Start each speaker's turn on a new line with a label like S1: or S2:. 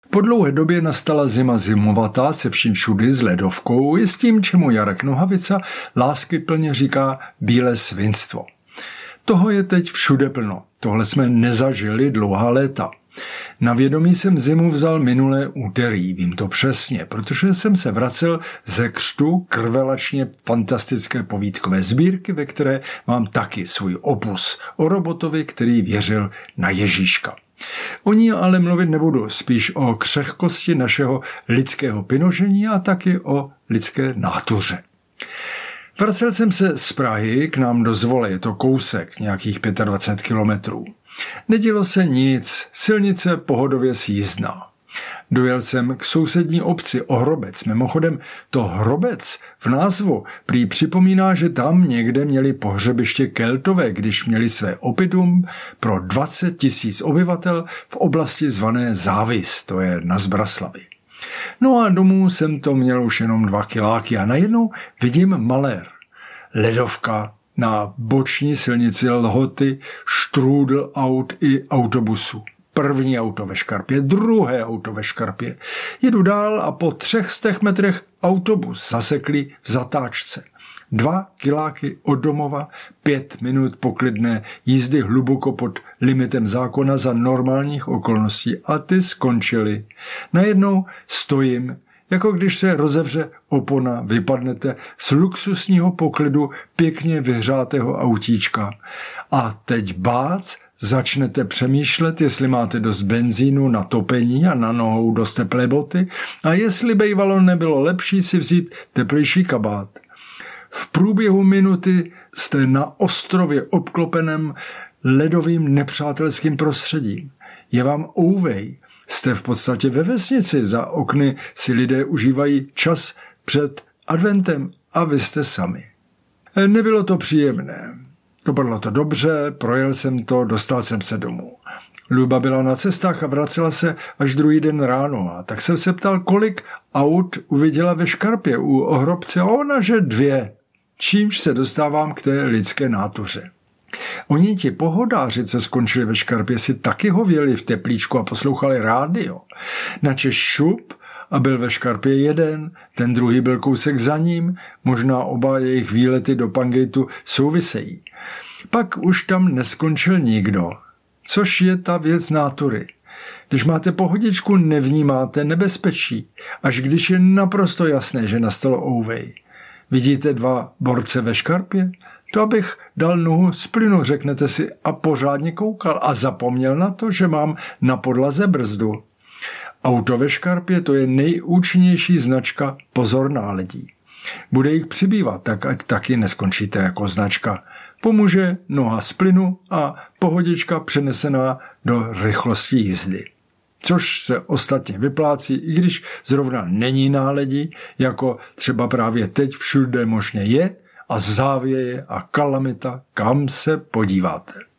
S1: Po dlouhé době nastala zima zimovatá se vším všudy s ledovkou i s tím, čemu Jarek Nohavica láskyplně říká bílé svinstvo. Toho je teď všude plno. Tohle jsme nezažili dlouhá léta. Na vědomí jsem zimu vzal minulé úterý, vím to přesně, protože jsem se vracel ze křtu krvelačně fantastické povídkové sbírky, ve které mám taky svůj opus o robotovi, který věřil na Ježíška. O ní ale mluvit nebudu, spíš o křehkosti našeho lidského pinožení a taky o lidské nátuře. Vracel jsem se z Prahy k nám do Zvole, je to kousek, nějakých 25 kilometrů. Nedělo se nic, silnice pohodově sjízdná. Dojel jsem k sousední obci Ohrobec. Mimochodem, to Hrobec v názvu prý připomíná, že tam někde měli pohřebiště Keltové, když měli své oppidum pro 20 000 obyvatel v oblasti zvané Závis, to je na Zbraslavi. No a domů jsem to měl už jenom 2 kiláky a najednou vidím malér. Ledovka na boční silnici Lhoty, štrůdl aut i autobusu. První auto ve škarpě, druhé auto ve škarpě. Jedu dál a po 300 metrech autobus zaseklý v zatáčce. 2 kiláky od domova, 5 minut poklidné jízdy hluboko pod limitem zákona za normálních okolností a ty skončily. Najednou stojím, jako když se rozevře opona, vypadnete z luxusního poklidu pěkně vyhřátého autíčka. A teď bác, začnete přemýšlet, jestli máte dost benzínu na topení a na nohou dost teplé boty a jestli bejvalo nebylo lepší si vzít teplejší kabát. V průběhu minuty jste na ostrově obklopeném ledovým nepřátelským prostředím. Je vám ouvej. Jste v podstatě ve vesnici, za okny si lidé užívají čas před adventem a vy jste sami. Nebylo to příjemné. Dopadlo to dobře, projel jsem to, dostal jsem se domů. Luba byla na cestách a vracela se až druhý den ráno a tak jsem se ptal, kolik aut uviděla ve škarpě u Ohrobce a ona, že 2. Čímž se dostávám k té lidské nátuře. Oni ti pohodáři, co skončili ve škarpě, si taky hověli v teplíčku a poslouchali rádio. Načež šup a byl ve škarpě jeden, ten druhý byl kousek za ním, možná oba jejich výlety do Pangejtu souvisejí. Pak už tam neskončil nikdo, což je ta věc nátury. Když máte pohodičku, nevnímáte nebezpečí, až když je naprosto jasné, že nastalo ouvej. Vidíte 2 borce ve škarpě? To abych dal nohu z plynu, řeknete si, a pořádně koukal a zapomněl na to, že mám na podlaze brzdu. Auto ve škarpě, to je nejúčinnější značka pozor náledí. Bude jich přibývat, tak ať taky neskončíte jako značka. Pomůže noha z plynu a pohodička přenesená do rychlosti jízdy. Což se ostatně vyplácí, i když zrovna není náledí, jako třeba právě teď všude možně je, a závěje a kalamita, kam se podíváte.